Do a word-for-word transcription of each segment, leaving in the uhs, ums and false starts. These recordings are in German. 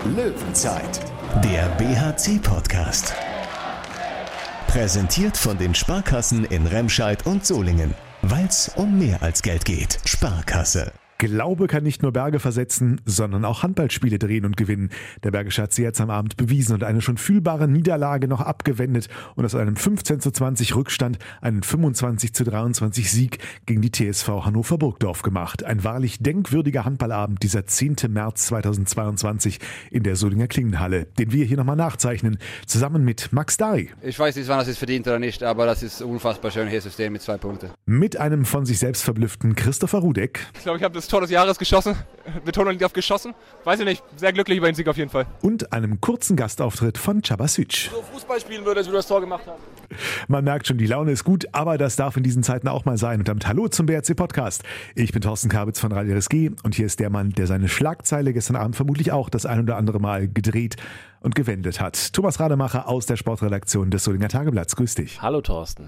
Löwenzeit, der B H C-Podcast. Präsentiert von den Sparkassen in Remscheid und Solingen. Weil's um mehr als Geld geht. Sparkasse. Glaube kann nicht nur Berge versetzen, sondern auch Handballspiele drehen und gewinnen. Der Bergische hat sie jetzt am Abend bewiesen und eine schon fühlbare Niederlage noch abgewendet und aus einem fünfzehn zu zwanzig Rückstand einen fünfundzwanzig zu dreiundzwanzig Sieg gegen die T S V Hannover Burgdorf gemacht. Ein wahrlich denkwürdiger Handballabend, dieser zehnten März zweitausendzweiundzwanzig in der Solinger Klingenhalle, den wir hier nochmal nachzeichnen, zusammen mit Max Dari. Ich weiß nicht, wann das ist verdient oder nicht, aber das ist ein unfassbar schönes System mit zwei Punkten. Mit einem von sich selbst verblüfften Christopher Rudek. Ich glaube, ich habe das Tor des Jahres geschossen. Betonung liegt auf geschossen. Weiß ich nicht. Sehr glücklich über den Sieg auf jeden Fall. Und einem kurzen Gastauftritt von Cabasic. So Fußball spielen würde, als wir das Tor gemacht haben. Man merkt schon, die Laune ist gut, aber das darf in diesen Zeiten auch mal sein. Und damit Hallo zum B R C Podcast. Ich bin Thorsten Kabitz von Radio R S G und hier ist der Mann, der seine Schlagzeile gestern Abend vermutlich auch das ein oder andere Mal gedreht und gewendet hat. Thomas Rademacher aus der Sportredaktion des Solinger Tageblatts. Grüß dich. Hallo Thorsten.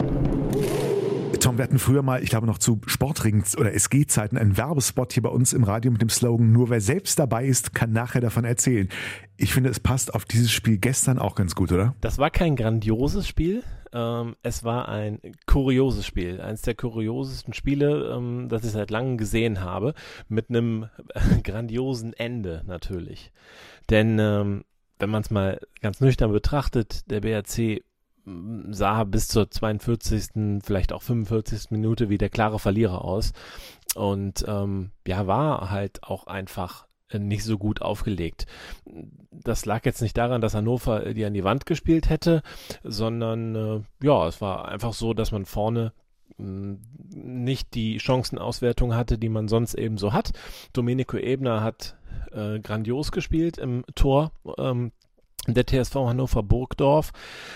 Tom, wir hatten früher mal, ich glaube noch zu Sportring- oder S G-Zeiten, einen Werbespot hier bei uns im Radio mit dem Slogan, nur wer selbst dabei ist, kann nachher davon erzählen. Ich finde, es passt auf dieses Spiel gestern auch ganz gut, oder? Das war kein grandioses Spiel, ähm, es war ein kurioses Spiel. Eines der kuriosesten Spiele, ähm, das ich seit langem gesehen habe, mit einem äh, grandiosen Ende natürlich. Denn ähm, wenn man es mal ganz nüchtern betrachtet, der B R C sah bis zur zweiundvierzigsten, vielleicht auch fünfundvierzigsten Minute wie der klare Verlierer aus und ähm, ja, war halt auch einfach nicht so gut aufgelegt. Das lag jetzt nicht daran, dass Hannover die an die Wand gespielt hätte, sondern äh, ja, es war einfach so, dass man vorne mh, nicht die Chancenauswertung hatte, die man sonst eben so hat. Domenico Ebner hat äh, grandios gespielt im Tor, ähm, der T S V Hannover Burgdorf.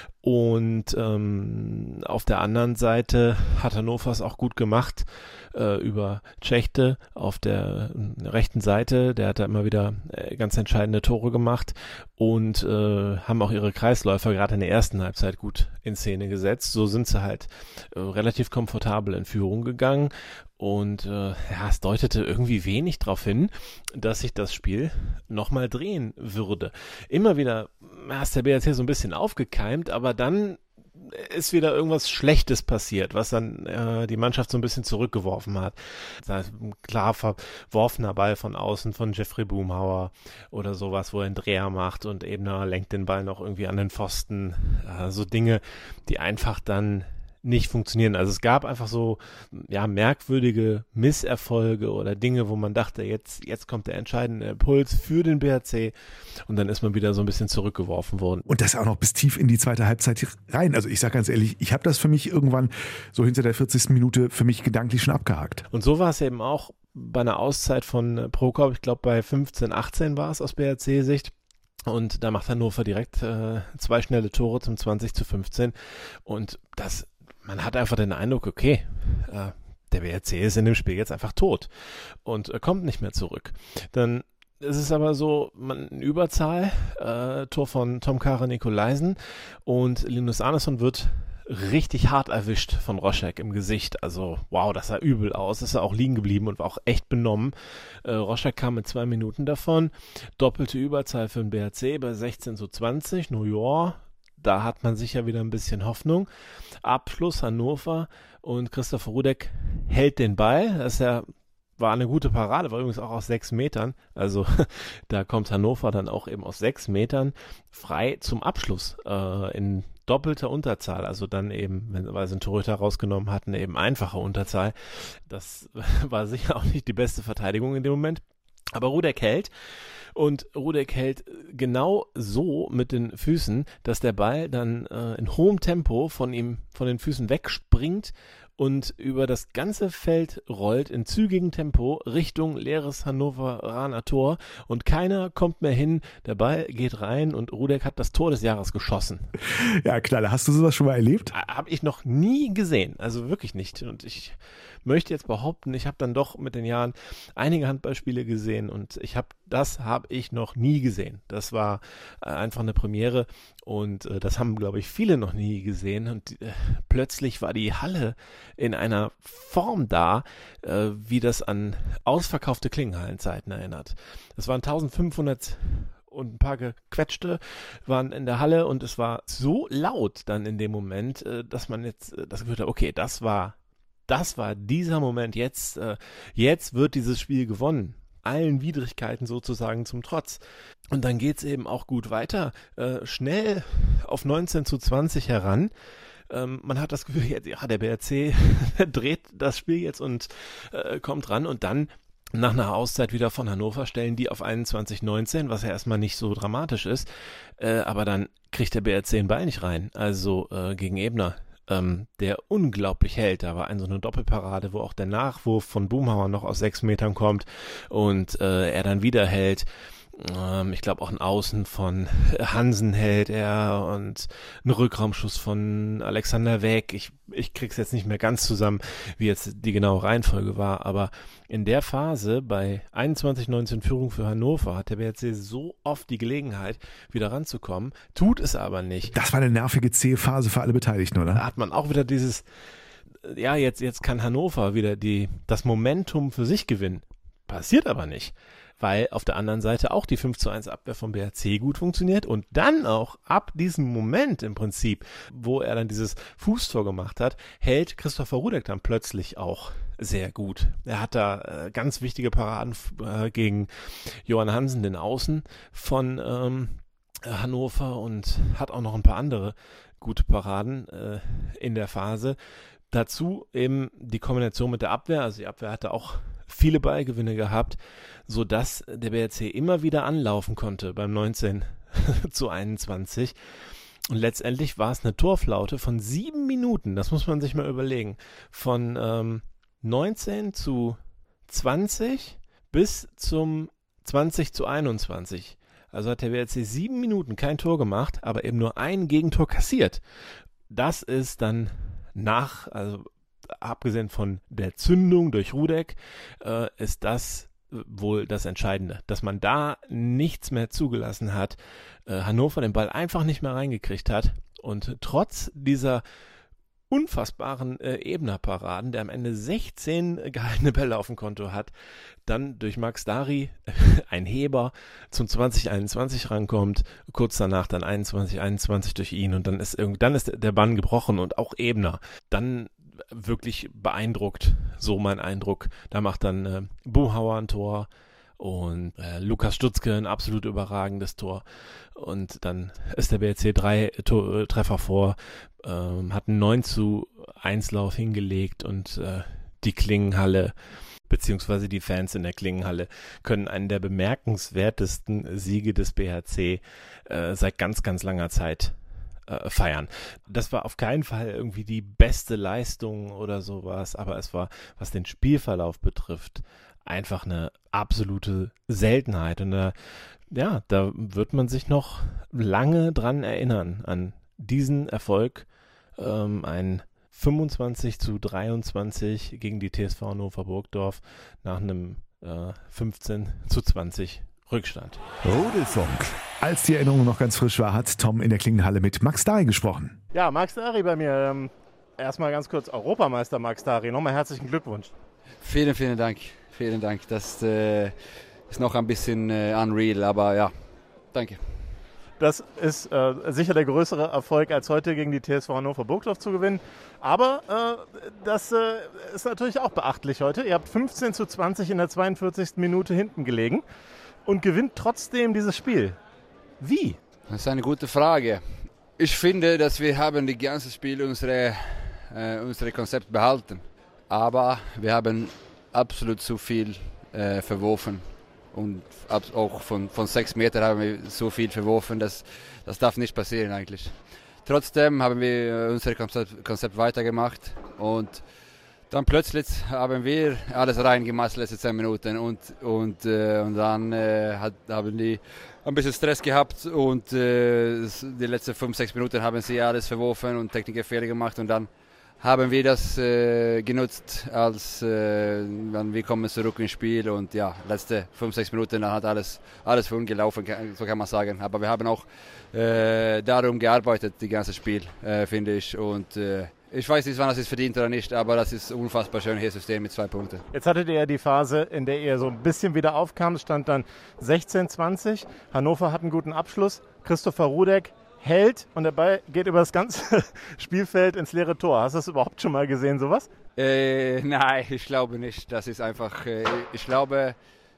Und ähm, auf der anderen Seite hat Hannover es auch gut gemacht äh, über Czechte auf der äh, rechten Seite. Der hat da immer wieder äh, ganz entscheidende Tore gemacht und äh, haben auch ihre Kreisläufer gerade in der ersten Halbzeit gut in Szene gesetzt. So sind sie halt äh, relativ komfortabel in Führung gegangen. Und äh, ja, es deutete irgendwie wenig darauf hin, dass sich das Spiel nochmal drehen würde. Immer wieder ist der B R C so ein bisschen aufgekeimt, aber dann ist wieder irgendwas Schlechtes passiert, was dann äh, die Mannschaft so ein bisschen zurückgeworfen hat. Das heißt, ein klar verworfener Ball von außen von Jeffrey Boomhauer oder sowas, wo er einen Dreher macht und Ebner lenkt den Ball noch irgendwie an den Pfosten. Äh, so Dinge, die einfach dann nicht funktionieren. Also es gab einfach so ja merkwürdige Misserfolge oder Dinge, wo man dachte, jetzt jetzt kommt der entscheidende Impuls für den B R C und dann ist man wieder so ein bisschen zurückgeworfen worden. Und das auch noch bis tief in die zweite Halbzeit rein. Also ich sage ganz ehrlich, ich habe das für mich irgendwann so hinter der vierzigsten Minute für mich gedanklich schon abgehakt. Und so war es eben auch bei einer Auszeit von Prokop, ich glaube bei fünfzehn, achtzehn war es aus B R C-Sicht. Und da macht Hannover direkt äh, zwei schnelle Tore zum zwanzig zu fünfzehn und das man hat einfach den Eindruck, okay, äh, der B R C ist in dem Spiel jetzt einfach tot und äh, kommt nicht mehr zurück. Dann ist es aber so, man in Überzahl, äh, Tor von Tom Kara Nikolaisen und Linus Arneson wird richtig hart erwischt von Roschek im Gesicht. Also wow, das sah übel aus, ist er auch liegen geblieben und war auch echt benommen. Äh, Roschek kam mit zwei Minuten davon, doppelte Überzahl für den B R C bei sechzehn zu zwanzig, New York. Da hat man sicher wieder ein bisschen Hoffnung. Abschluss Hannover und Christopher Rudek hält den Ball. Das ist ja, war eine gute Parade, war übrigens auch aus sechs Metern. Also da kommt Hannover dann auch eben aus sechs Metern frei zum Abschluss äh, in doppelter Unterzahl. Also dann eben, wenn, weil sie einen Torhüter rausgenommen hatten, eben einfache Unterzahl. Das war sicher auch nicht die beste Verteidigung in dem Moment. Aber Rudek hält. Und Rudek hält genau so mit den Füßen, dass der Ball dann äh, in hohem Tempo von ihm, von den Füßen wegspringt und über das ganze Feld rollt in zügigem Tempo Richtung leeres Hannoveraner Tor und keiner kommt mehr hin, der Ball geht rein und Rudek hat das Tor des Jahres geschossen. Ja, Knaller, hast du sowas schon mal erlebt? Habe ich noch nie gesehen, also wirklich nicht und ich möchte jetzt behaupten, ich habe dann doch mit den Jahren einige Handballspiele gesehen und ich habe das habe ich noch nie gesehen. Das war äh, einfach eine Premiere und äh, das haben, glaube ich, viele noch nie gesehen und äh, plötzlich war die Halle in einer Form da, äh, wie das an ausverkaufte Klingenhallenzeiten erinnert. Das waren eintausendfünfhundert und ein paar Gequetschte waren in der Halle und es war so laut dann in dem Moment, äh, dass man jetzt äh, das Gefühl hat, okay, das war, das war dieser Moment, jetzt, äh, jetzt wird dieses Spiel gewonnen. Allen Widrigkeiten sozusagen zum Trotz. Und dann geht's eben auch gut weiter, äh, schnell auf neunzehn zu zwanzig heran. Ähm, man hat das Gefühl, jetzt, ja, der B R C dreht das Spiel jetzt und äh, kommt ran und dann nach einer Auszeit wieder von Hannover stellen die auf einundzwanzig neunzehn, was ja erstmal nicht so dramatisch ist, äh, aber dann kriegt der B R C den Ball nicht rein, also äh, gegen Ebner. Ähm, der unglaublich hält. Da war eine so eine Doppelparade, wo auch der Nachwurf von Boomhauer noch aus sechs Metern kommt und äh, er dann wieder hält. Ähm, ich glaube auch ein Außen von Hansen hält er und ein Rückraumschuss von Alexander Weg. Ich, ich krieg's jetzt nicht mehr ganz zusammen, wie jetzt die genaue Reihenfolge war, aber in der Phase bei einundzwanzig neunzehn Führung für Hannover hat der B R C so oft die Gelegenheit, wieder ranzukommen, tut es aber nicht. Das war eine nervige, zähe Phase für alle Beteiligten, oder? Da hat man auch wieder dieses, ja, jetzt, jetzt kann Hannover wieder die, das Momentum für sich gewinnen. Passiert aber nicht. Weil auf der anderen Seite auch die fünf zu eins Abwehr vom B R C gut funktioniert und dann auch ab diesem Moment im Prinzip, wo er dann dieses Fußtor gemacht hat, hält Christopher Rudek dann plötzlich auch sehr gut. Er hat da äh, ganz wichtige Paraden äh, gegen Johann Hansen, den Außen von ähm, Hannover, und hat auch noch ein paar andere gute Paraden äh, in der Phase. Dazu eben die Kombination mit der Abwehr, also die Abwehr hatte auch viele Ballgewinne gehabt, sodass der B R C immer wieder anlaufen konnte beim neunzehn zu einundzwanzig. Und letztendlich war es eine Torflaute von sieben Minuten, das muss man sich mal überlegen, von ähm, neunzehn zu zwanzig bis zum zwanzig zu einundzwanzig. Also hat der B R C sieben Minuten kein Tor gemacht, aber eben nur ein Gegentor kassiert. Das ist dann nach, also abgesehen von der Zündung durch Rudek, äh, ist das wohl das Entscheidende, dass man da nichts mehr zugelassen hat, äh, Hannover den Ball einfach nicht mehr reingekriegt hat und trotz dieser unfassbaren äh, Ebner-Paraden, der am Ende sechzehn gehaltene Bälle auf dem Konto hat, dann durch Max Dari ein Heber zum zwanzig einundzwanzig rankommt, kurz danach dann einundzwanzig einundzwanzig durch ihn und dann ist irgendwie, dann ist der Bann gebrochen und auch Ebner dann wirklich beeindruckt, so mein Eindruck. Da macht dann äh, Boomhauer ein Tor und äh, Lukas Stutzke ein absolut überragendes Tor. Und dann ist der B R C drei Tor, äh, Treffer vor, ähm, hat einen neun zu eins Lauf hingelegt und äh, die Klingenhalle beziehungsweise die Fans in der Klingenhalle können einen der bemerkenswertesten Siege des B H C äh, seit ganz, ganz langer Zeit äh, feiern. Das war auf keinen Fall irgendwie die beste Leistung oder sowas, aber es war, was den Spielverlauf betrifft, einfach eine absolute Seltenheit. Und da, ja, da wird man sich noch lange dran erinnern, an diesen Erfolg, ähm, ein fünfundzwanzig zu dreiundzwanzig gegen die T S V Hannover Burgdorf nach einem äh, fünfzehn zu zwanzig Rückstand. Rudelfunk. Als die Erinnerung noch ganz frisch war, hat Tom in der Klingenhalle mit Max Dari gesprochen. Ja, Max Dari bei mir. Ähm, erstmal ganz kurz Europameister Max Dari. Nochmal herzlichen Glückwunsch. Vielen, vielen Dank. Vielen Dank. Das äh, ist noch ein bisschen äh, unreal, aber ja, danke. Das ist äh, sicher der größere Erfolg, als heute gegen die T S V Hannover Burgdorf zu gewinnen. Aber äh, das äh, ist natürlich auch beachtlich heute. Ihr habt fünfzehn zu zwanzig in der zweiundvierzigsten Minute hinten gelegen und gewinnt trotzdem dieses Spiel. Wie? Das ist eine gute Frage. Ich finde, dass wir haben das ganze Spiel unsere, äh, unsere Konzept behalten. Aber wir haben absolut zu viel äh, verworfen. Und auch von, von sechs Metern haben wir so viel verworfen, dass das darf nicht passieren eigentlich. Trotzdem haben wir unser Konzept, Konzept weitergemacht und dann plötzlich haben wir alles reingemacht, die letzten zehn Minuten und, und, äh, und dann äh, hat, haben die ein bisschen Stress gehabt und äh, die letzten fünf, sechs Minuten haben sie alles verworfen und Technikfehler gemacht und dann haben wir das äh, genutzt, als äh, wir kommen zurück ins Spiel und ja, letzte fünf, sechs Minuten dann hat alles, alles für uns gelaufen, so kann man sagen. Aber wir haben auch äh, darum gearbeitet, das ganze Spiel, äh, finde ich. Und äh, Ich weiß nicht, wann das ist verdient oder nicht, aber das ist unfassbar schön hier zu stehen mit zwei Punkten. Jetzt hattet ihr ja die Phase, in der ihr so ein bisschen wieder aufkam. Es stand dann sechzehn zwanzig. Hannover hat einen guten Abschluss. Christopher Rudek hält und der Ball geht über das ganze Spielfeld ins leere Tor. Hast du das überhaupt schon mal gesehen, sowas? Äh, nein, ich glaube nicht. Das ist einfach, äh, ich glaube,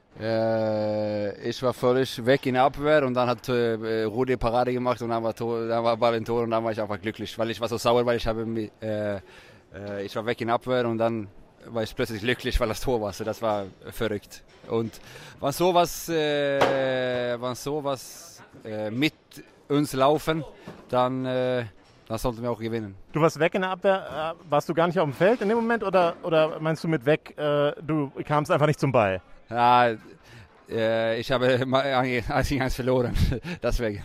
äh, ich war völlig weg in der Abwehr und dann hat äh, Rudi Parade gemacht und dann war, Tor, dann war Ball im Tor und dann war ich einfach glücklich, weil ich war so sauer, weil ich habe äh, äh, ich war weg in der Abwehr und dann war ich plötzlich glücklich, weil das Tor war. So, das war verrückt. Und wenn sowas, äh, wenn sowas äh, mit uns laufen, dann, äh, dann sollten wir auch gewinnen. Du warst weg in der Abwehr, warst du gar nicht auf dem Feld in dem Moment oder, oder meinst du mit weg, äh, du kamst einfach nicht zum Ball? Ja, äh, ich habe eins gegen eins verloren, deswegen.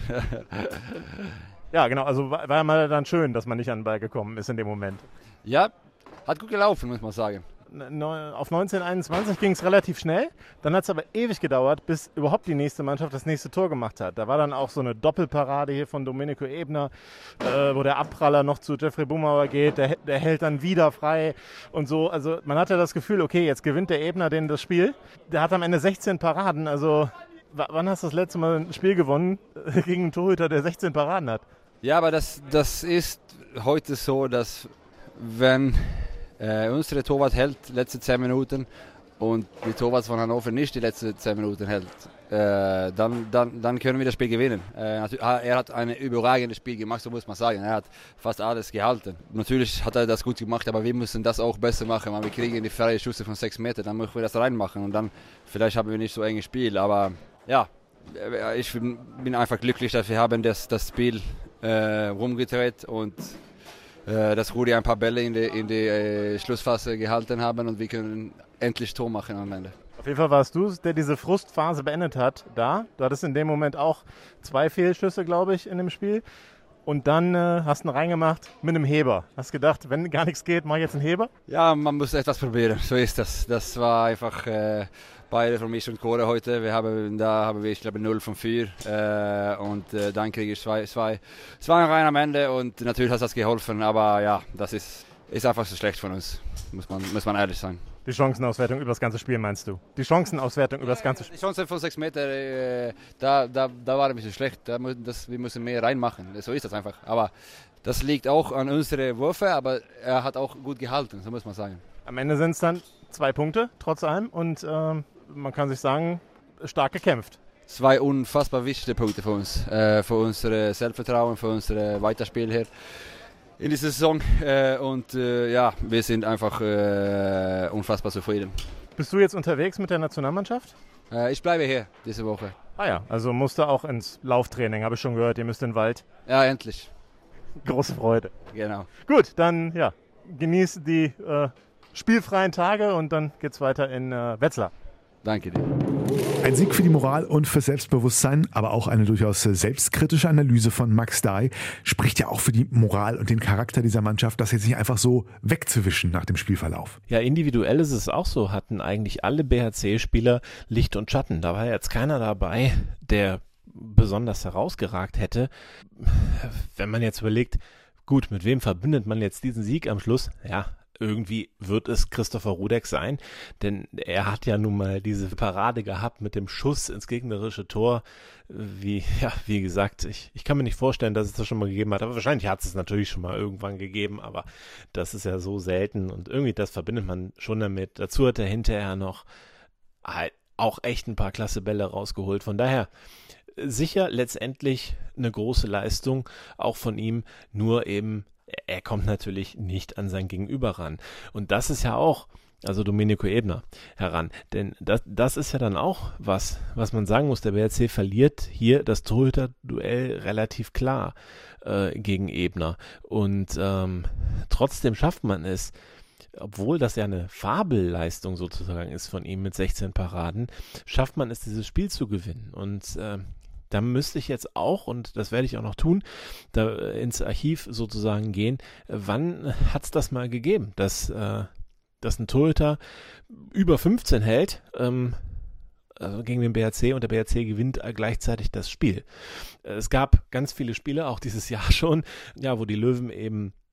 Ja, genau, also war, war mal dann schön, dass man nicht an den Ball gekommen ist in dem Moment. Ja, hat gut gelaufen, muss man sagen. Auf neunzehn einundzwanzig ging es relativ schnell. Dann hat es aber ewig gedauert, bis überhaupt die nächste Mannschaft das nächste Tor gemacht hat. Da war dann auch so eine Doppelparade hier von Domenico Ebner, äh, wo der Abpraller noch zu Jeffrey Bumauer geht. Der, der hält dann wieder frei und so. Also man hatte das Gefühl, okay, jetzt gewinnt der Ebner den das Spiel. Der hat am Ende sechzehn Paraden. Also w- wann hast du das letzte Mal ein Spiel gewonnen gegen einen Torhüter, der sechzehn Paraden hat? Ja, aber das, das ist heute so, dass wenn Äh, unsere Torwart hält die letzten zehn Minuten und die Torwart von Hannover nicht die letzten zehn Minuten hält, äh, dann, dann, dann können wir das Spiel gewinnen. Äh, er hat ein überragendes Spiel gemacht, so muss man sagen. Er hat fast alles gehalten. Natürlich hat er das gut gemacht, aber wir müssen das auch besser machen, weil wir kriegen die freie Schüsse von sechs Metern, dann müssen wir das reinmachen und dann vielleicht haben wir nicht so ein enges Spiel. Aber ja, ich bin einfach glücklich, dass wir haben das, das Spiel äh, rumgedreht und dass Rudi ein paar Bälle in die, in die äh, Schlussphase gehalten haben und wir können endlich Tor machen am Ende. Auf jeden Fall warst du es, der diese Frustphase beendet hat, da. Du hattest in dem Moment auch zwei Fehlschüsse, glaube ich, in dem Spiel. Und dann äh, hast du ihn reingemacht mit einem Heber. Hast gedacht, wenn gar nichts geht, mach ich jetzt einen Heber? Ja, man muss etwas probieren, so ist das. Das war einfach äh, beide von mich und Kore heute. Wir haben, da haben wir, ich glaube, null von vier. Äh, und äh, dann kriege ich zwei, zwei, zwei rein am Ende. Und natürlich hat das geholfen, aber ja, das ist, ist einfach so schlecht von uns, muss man, muss man ehrlich sein. Die Chancenauswertung über das ganze Spiel, meinst du? Die Chancenauswertung über das ganze Spiel? Die Chancen von sechs Meter, äh, da, da, da war ein bisschen schlecht. Da, das, wir müssen mehr reinmachen. So ist das einfach. Aber das liegt auch an unseren Würfen, aber er hat auch gut gehalten, so muss man sagen. Am Ende sind es dann zwei Punkte, trotz allem. Und äh, man kann sich sagen, stark gekämpft. Zwei unfassbar wichtige Punkte für uns. Äh, für unser Selbstvertrauen, für unser Weiterspiel hier in dieser Saison äh, und äh, ja, wir sind einfach äh, unfassbar zufrieden. Bist du jetzt unterwegs mit der Nationalmannschaft? Äh, ich bleibe hier diese Woche. Ah ja, also musst du auch ins Lauftraining, habe ich schon gehört, ihr müsst in den Wald. Ja, endlich. Große Freude. Genau. Gut, dann ja, genieß die äh, spielfreien Tage und dann geht's weiter in äh, Wetzlar. Danke dir. Ein Sieg für die Moral und für Selbstbewusstsein, aber auch eine durchaus selbstkritische Analyse von Max Dahl spricht ja auch für die Moral und den Charakter dieser Mannschaft, das jetzt nicht einfach so wegzuwischen nach dem Spielverlauf. Ja, individuell ist es auch so, hatten eigentlich alle B H C-Spieler Licht und Schatten. Da war jetzt keiner dabei, der besonders herausgeragt hätte. Wenn man jetzt überlegt, gut, mit wem verbindet man jetzt diesen Sieg am Schluss? Ja, irgendwie wird es Christopher Rudek sein, denn er hat ja nun mal diese Parade gehabt mit dem Schuss ins gegnerische Tor. Wie, ja, wie gesagt, ich, ich kann mir nicht vorstellen, dass es das schon mal gegeben hat, aber wahrscheinlich hat es natürlich schon mal irgendwann gegeben, aber das ist ja so selten und irgendwie das verbindet man schon damit. Dazu hat er hinterher noch halt auch echt ein paar klasse Bälle rausgeholt. Von daher sicher letztendlich eine große Leistung auch von ihm, nur eben er kommt natürlich nicht an sein Gegenüber ran. Und das ist ja auch, also Domenico Ebner heran, denn das, das ist ja dann auch was, was man sagen muss, der B H C verliert hier das Torhüter-Duell relativ klar äh, gegen Ebner. Und ähm, trotzdem schafft man es, obwohl das ja eine Fabelleistung sozusagen ist von ihm mit sechzehn Paraden, schafft man es, dieses Spiel zu gewinnen. Und äh, da müsste ich jetzt auch, und das werde ich auch noch tun, da ins Archiv sozusagen gehen, wann hat es das mal gegeben, dass, äh, dass ein Torhüter über fünfzehn hält, ähm, also gegen den B H C und der B H C gewinnt gleichzeitig das Spiel. Es gab ganz viele Spiele, auch dieses Jahr schon, ja, wo die Löwen eben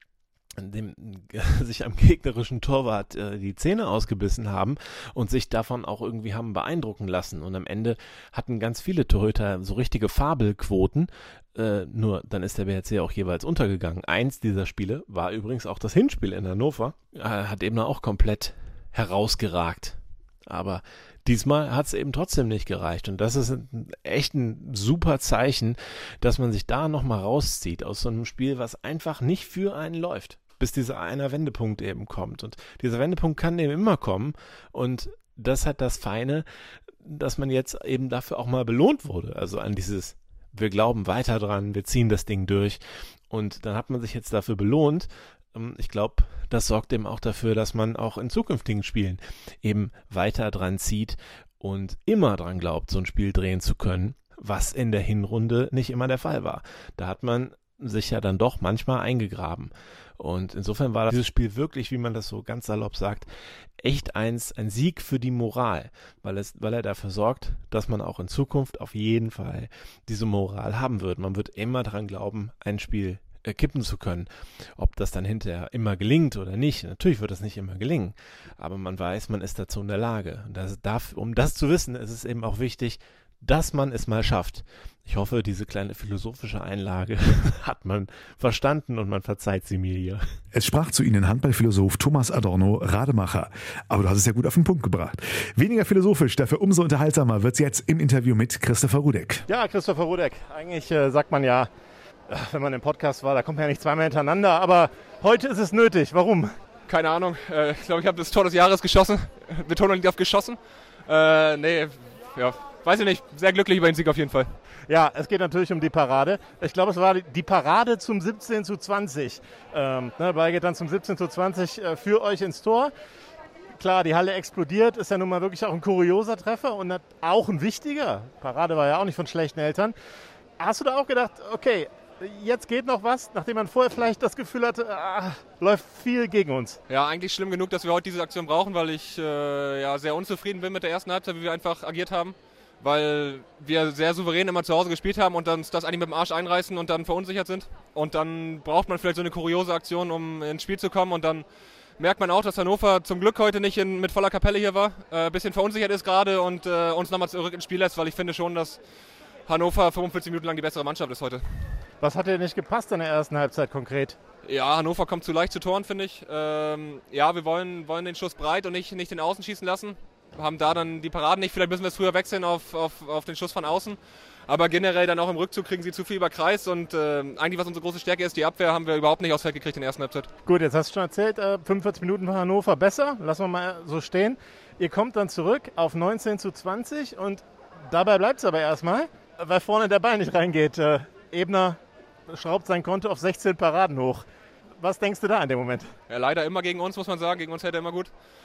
dem, sich am gegnerischen Torwart äh, die Zähne ausgebissen haben und sich davon auch irgendwie haben beeindrucken lassen. Und am Ende hatten ganz viele Torhüter so richtige Fabelquoten, äh, nur dann ist der B H C auch jeweils untergegangen. Eins dieser Spiele war übrigens auch das Hinspiel in Hannover, äh, hat eben auch komplett herausgeragt. Aber diesmal hat es eben trotzdem nicht gereicht. Und das ist ein, echt ein super Zeichen, dass man sich da nochmal rauszieht aus so einem Spiel, was einfach nicht für einen läuft, bis dieser eine Wendepunkt eben kommt. Und dieser Wendepunkt kann eben immer kommen. Und das hat das Feine, dass man jetzt eben dafür auch mal belohnt wurde. Also an dieses, wir glauben weiter dran, wir ziehen das Ding durch. Und dann hat man sich jetzt dafür belohnt. Ich glaube, das sorgt eben auch dafür, dass man auch in zukünftigen Spielen eben weiter dran zieht und immer dran glaubt, so ein Spiel drehen zu können, was in der Hinrunde nicht immer der Fall war. Da hat man sich ja dann doch manchmal eingegraben. Und insofern war dieses Spiel wirklich, wie man das so ganz salopp sagt, echt eins, ein Sieg für die Moral, weil es, weil er dafür sorgt, dass man auch in Zukunft auf jeden Fall diese Moral haben wird. Man wird immer dran glauben, ein Spiel kippen zu können. Ob das dann hinterher immer gelingt oder nicht, natürlich wird das nicht immer gelingen, aber man weiß, man ist dazu in der Lage. Und das darf, um das zu wissen, ist es eben auch wichtig, dass man es mal schafft. Ich hoffe, diese kleine philosophische Einlage hat man verstanden und man verzeiht sie mir hier. Es sprach zu Ihnen Handballphilosoph Thomas Adorno Rademacher. Aber du hast es ja gut auf den Punkt gebracht. Weniger philosophisch, dafür umso unterhaltsamer wird es jetzt im Interview mit Christopher Rudek. Ja, Christopher Rudek. Eigentlich äh, sagt man ja, wenn man im Podcast war, da kommt man ja nicht zweimal hintereinander, aber heute ist es nötig. Warum? Keine Ahnung. Äh, ich glaube, ich habe das Tor des Jahres geschossen. Betonung liegt auf geschossen. Äh, nee, ja, weiß ich nicht. Sehr glücklich über den Sieg auf jeden Fall. Ja, es geht natürlich um die Parade. Ich glaube, es war die Parade zum siebzehn zu zwanzig. Ähm, ne, Ball geht dann zum siebzehn zu zwanzig äh, für euch ins Tor. Klar, die Halle explodiert, ist ja nun mal wirklich auch ein kurioser Treffer und auch ein wichtiger. Parade war ja auch nicht von schlechten Eltern. Hast du da auch gedacht, okay, jetzt geht noch was, nachdem man vorher vielleicht das Gefühl hatte, ah, läuft viel gegen uns? Ja, eigentlich schlimm genug, dass wir heute diese Aktion brauchen, weil ich äh, ja, sehr unzufrieden bin mit der ersten Halbzeit, wie wir einfach agiert haben. Weil wir sehr souverän immer zu Hause gespielt haben und dann das eigentlich mit dem Arsch einreißen und dann verunsichert sind. Und dann braucht man vielleicht so eine kuriose Aktion, um ins Spiel zu kommen. Und dann merkt man auch, dass Hannover zum Glück heute nicht in, mit voller Kapelle hier war. Ein äh, bisschen verunsichert ist gerade und äh, uns nochmal zurück ins Spiel lässt, weil ich finde schon, dass Hannover fünfundvierzig Minuten lang die bessere Mannschaft ist heute. Was hat dir nicht gepasst in der ersten Halbzeit konkret? Ja, Hannover kommt zu leicht zu Toren, finde ich. Ähm, ja, wir wollen, wollen den Schuss breit und nicht, nicht den Außen schießen lassen. Haben da dann die Paraden nicht. Vielleicht müssen wir es früher wechseln auf, auf, auf den Schuss von außen. Aber generell dann auch im Rückzug kriegen sie zu viel über Kreis. Und äh, eigentlich, was unsere große Stärke ist, die Abwehr, haben wir überhaupt nicht aufs Feld gekriegt in der ersten Halbzeit. Gut, jetzt hast du schon erzählt, äh, fünfundvierzig Minuten war Hannover besser. Lassen wir mal so stehen. Ihr kommt dann zurück auf neunzehn zu zwanzig und dabei bleibt es aber erstmal, weil vorne der Ball nicht reingeht. Äh, Ebner schraubt sein Konto auf sechzehn Paraden hoch. Was denkst du da in dem Moment? Ja, leider immer gegen uns, muss man sagen. Gegen uns hält er immer gut.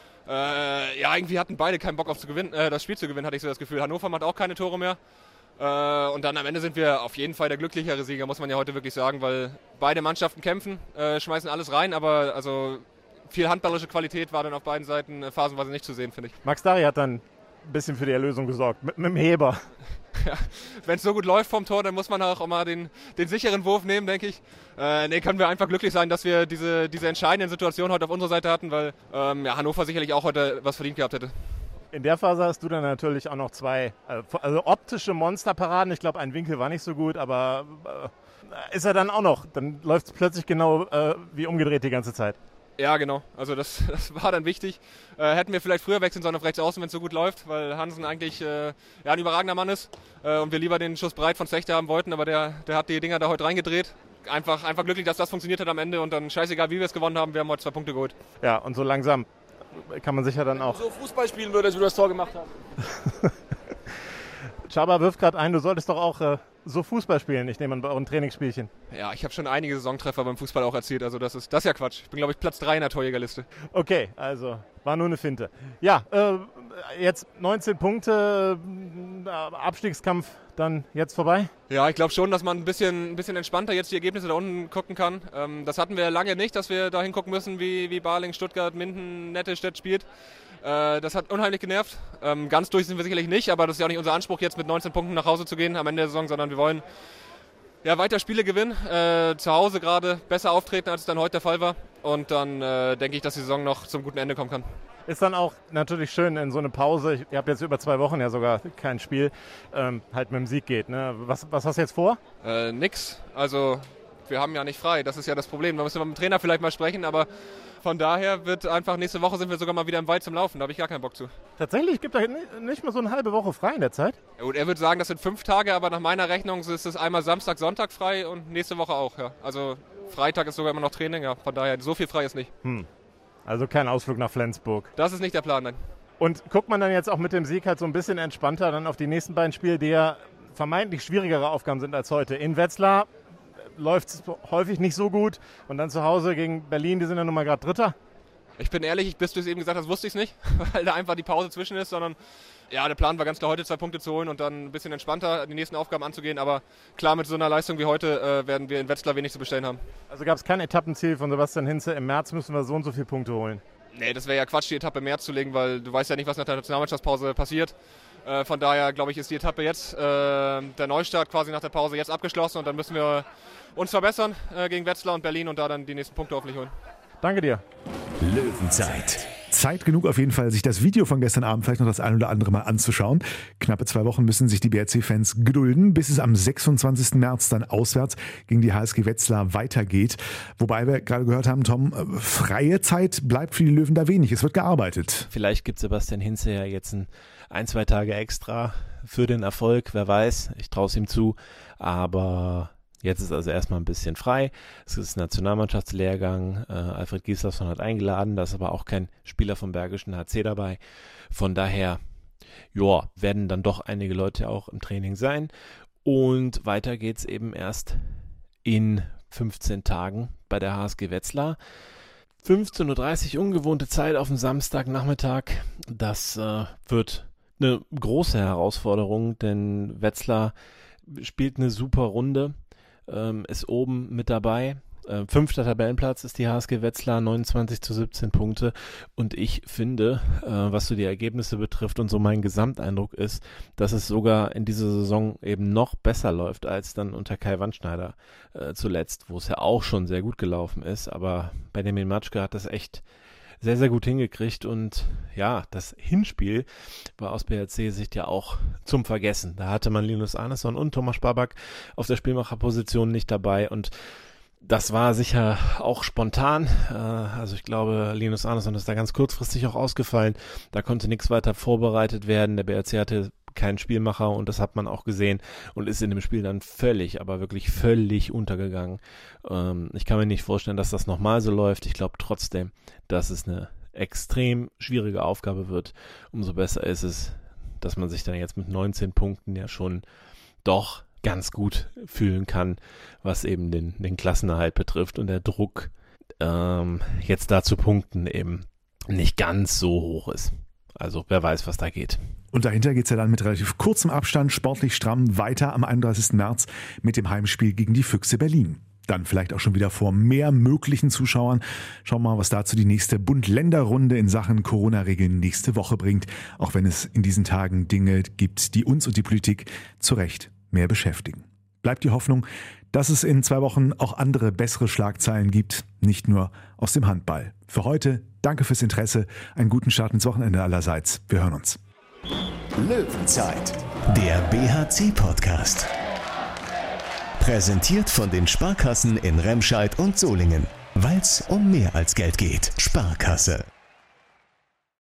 Äh, ja, irgendwie hatten beide keinen Bock auf zu gewinnen, äh, das Spiel zu gewinnen, hatte ich so das Gefühl. Hannover macht auch keine Tore mehr. Äh, und dann am Ende sind wir auf jeden Fall der glücklichere Sieger, muss man ja heute wirklich sagen, weil beide Mannschaften kämpfen, äh, schmeißen alles rein, aber also viel handballerische Qualität war dann auf beiden Seiten äh, phasenweise nicht zu sehen, finde ich. Max Dari hat dann ein bisschen für die Erlösung gesorgt, mit, mit dem Heber. Ja, wenn es so gut läuft vom Tor, dann muss man auch mal den, den sicheren Wurf nehmen, denke ich. Äh, nee, können wir einfach glücklich sein, dass wir diese, diese entscheidenden Situationen heute auf unserer Seite hatten, weil ähm, ja, Hannover sicherlich auch heute was verdient gehabt hätte. In der Phase hast du dann natürlich auch noch zwei also optische Monsterparaden. Ich glaube, ein Winkel war nicht so gut, aber äh, ist er dann auch noch. Dann läuft es plötzlich genau äh, wie umgedreht die ganze Zeit. Ja, genau. Also das, das war dann wichtig. Äh, hätten wir vielleicht früher wechseln sollen auf rechts außen, wenn es so gut läuft, weil Hansen eigentlich äh, ja, ein überragender Mann ist äh, und wir lieber den Schuss breit von Sechter haben wollten, aber der, der hat die Dinger da heute reingedreht. Einfach, einfach glücklich, dass das funktioniert hat am Ende und dann scheißegal, wie wir es gewonnen haben, wir haben heute zwei Punkte geholt. Ja, und so langsam kann man sicher dann auch... Wenn du so Fußball spielen würdest, wie du das Tor gemacht hast. Chaba wirft gerade ein, du solltest doch auch äh, so Fußball spielen, ich nehme an, bei euren Trainingsspielchen. Ja, ich habe schon einige Saisontreffer beim Fußball auch erzielt, also das ist, das ist ja Quatsch. Ich bin, glaube ich, Platz drei in der Torjägerliste. Okay, also war nur eine Finte. Ja, äh, jetzt neunzehn Punkte, äh, Abstiegskampf dann jetzt vorbei? Ja, ich glaube schon, dass man ein bisschen, ein bisschen entspannter jetzt die Ergebnisse da unten gucken kann. Ähm, das hatten wir lange nicht, dass wir da hingucken müssen, wie, wie Baling, Stuttgart, Minden, Nettelstedt spielt. Äh, das hat unheimlich genervt. Ähm, ganz durch sind wir sicherlich nicht, aber das ist ja auch nicht unser Anspruch, jetzt mit neunzehn Punkten nach Hause zu gehen am Ende der Saison, sondern wir wollen ja, weiter Spiele gewinnen, äh, zu Hause gerade besser auftreten, als es dann heute der Fall war. und dann äh, denke ich, dass die Saison noch zum guten Ende kommen kann. Ist dann auch natürlich schön in so eine Pause, ich, ihr habt jetzt über zwei Wochen ja sogar kein Spiel, ähm, halt mit dem Sieg geht. Ne? Was, was hast du jetzt vor? Äh, nix, also wir haben ja nicht frei, das ist ja das Problem. Da müssen wir mit dem Trainer vielleicht mal sprechen, aber von daher wird einfach, nächste Woche sind wir sogar mal wieder im Wald zum Laufen, da habe ich gar keinen Bock zu. Tatsächlich, gibt da nicht mal so eine halbe Woche frei in der Zeit? Ja, gut, er würde sagen, das sind fünf Tage, aber nach meiner Rechnung ist es einmal Samstag, Sonntag frei und nächste Woche auch. Ja. Also Freitag ist sogar immer noch Training, ja. Von daher so viel frei ist nicht. Hm. Also kein Ausflug nach Flensburg. Das ist nicht der Plan, nein. Und guckt man dann jetzt auch mit dem Sieg halt so ein bisschen entspannter dann auf die nächsten beiden Spiele, die ja vermeintlich schwierigere Aufgaben sind als heute. In Wetzlar läuft es häufig nicht so gut und dann zu Hause gegen Berlin, die sind ja nun mal gerade Dritter. Ich bin ehrlich, bis du es eben gesagt hast, wusste ich es nicht, weil da einfach die Pause zwischen ist, sondern ja, der Plan war ganz klar, heute zwei Punkte zu holen und dann ein bisschen entspannter die nächsten Aufgaben anzugehen, aber klar, mit so einer Leistung wie heute äh, werden wir in Wetzlar wenig zu bestellen haben. Also gab es kein Etappenziel von Sebastian Hinze, im März müssen wir so und so viele Punkte holen? Nee, das wäre ja Quatsch, die Etappe im März zu legen, weil du weißt ja nicht, was nach der Nationalmannschaftspause passiert. Äh, von daher, glaube ich, ist die Etappe jetzt, äh, der Neustart quasi nach der Pause jetzt abgeschlossen und dann müssen wir uns verbessern äh, gegen Wetzlar und Berlin und da dann die nächsten Punkte hoffentlich holen. Danke dir. Löwenzeit. Zeit genug auf jeden Fall, sich das Video von gestern Abend vielleicht noch das ein oder andere Mal anzuschauen. Knappe zwei Wochen müssen sich die B R C-Fans gedulden, bis es am sechsundzwanzigsten März dann auswärts gegen die H S G Wetzlar weitergeht. Wobei wir gerade gehört haben, Tom, freie Zeit bleibt für die Löwen da wenig. Es wird gearbeitet. Vielleicht gibt Sebastian Hinze ja jetzt ein, ein, zwei Tage extra für den Erfolg. Wer weiß, ich traue es ihm zu. Aber jetzt ist also erstmal ein bisschen frei. Es ist Nationalmannschaftslehrgang. Äh, Alfred Gislason hat eingeladen. Da ist aber auch kein Spieler vom Bergischen H C dabei. Von daher, ja, werden dann doch einige Leute auch im Training sein. Und weiter geht's eben erst in fünfzehn Tagen bei der H S G Wetzlar. fünfzehn Uhr dreißig, ungewohnte Zeit auf dem Samstagnachmittag. Das äh, wird eine große Herausforderung, denn Wetzlar spielt eine super Runde. Ähm, ist oben mit dabei. Äh, fünfter Tabellenplatz ist die H S G Wetzlar, neunundzwanzig zu siebzehn Punkte. Und ich finde, äh, was so die Ergebnisse betrifft und so mein Gesamteindruck ist, dass es sogar in dieser Saison eben noch besser läuft als dann unter Kai Wandschneider äh, zuletzt, wo es ja auch schon sehr gut gelaufen ist. Aber Benjamin Matschke hat das echt sehr, sehr gut hingekriegt und ja, das Hinspiel war aus B R C-Sicht ja auch zum Vergessen. Da hatte man Linus Arneson und Thomas Spabak auf der Spielmacherposition nicht dabei und das war sicher auch spontan. Also ich glaube, Linus Arneson ist da ganz kurzfristig auch ausgefallen. Da konnte nichts weiter vorbereitet werden. Der B R C hatte keinen Spielmacher und das hat man auch gesehen und ist in dem Spiel dann völlig, aber wirklich völlig untergegangen. Ähm, ich kann mir nicht vorstellen, dass das nochmal so läuft. Ich glaube trotzdem, dass es eine extrem schwierige Aufgabe wird. Umso besser ist es, dass man sich dann jetzt mit neunzehn Punkten ja schon doch ganz gut fühlen kann, was eben den, den Klassenerhalt betrifft und der Druck ähm, jetzt da zu punkten eben nicht ganz so hoch ist. Also wer weiß, was da geht. Und dahinter geht es ja dann mit relativ kurzem Abstand sportlich stramm weiter am einunddreißigsten März mit dem Heimspiel gegen die Füchse Berlin. Dann vielleicht auch schon wieder vor mehr möglichen Zuschauern. Schauen wir mal, was dazu die nächste Bund-Länder-Runde in Sachen Corona-Regeln nächste Woche bringt. Auch wenn es in diesen Tagen Dinge gibt, die uns und die Politik zu Recht mehr beschäftigen. Bleibt die Hoffnung, dass es in zwei Wochen auch andere bessere Schlagzeilen gibt, nicht nur aus dem Handball. Für heute danke fürs Interesse, einen guten Start ins Wochenende allerseits. Wir hören uns. Löwenzeit, der B H C-Podcast. Präsentiert von den Sparkassen in Remscheid und Solingen. Weil's um mehr als Geld geht. Sparkasse.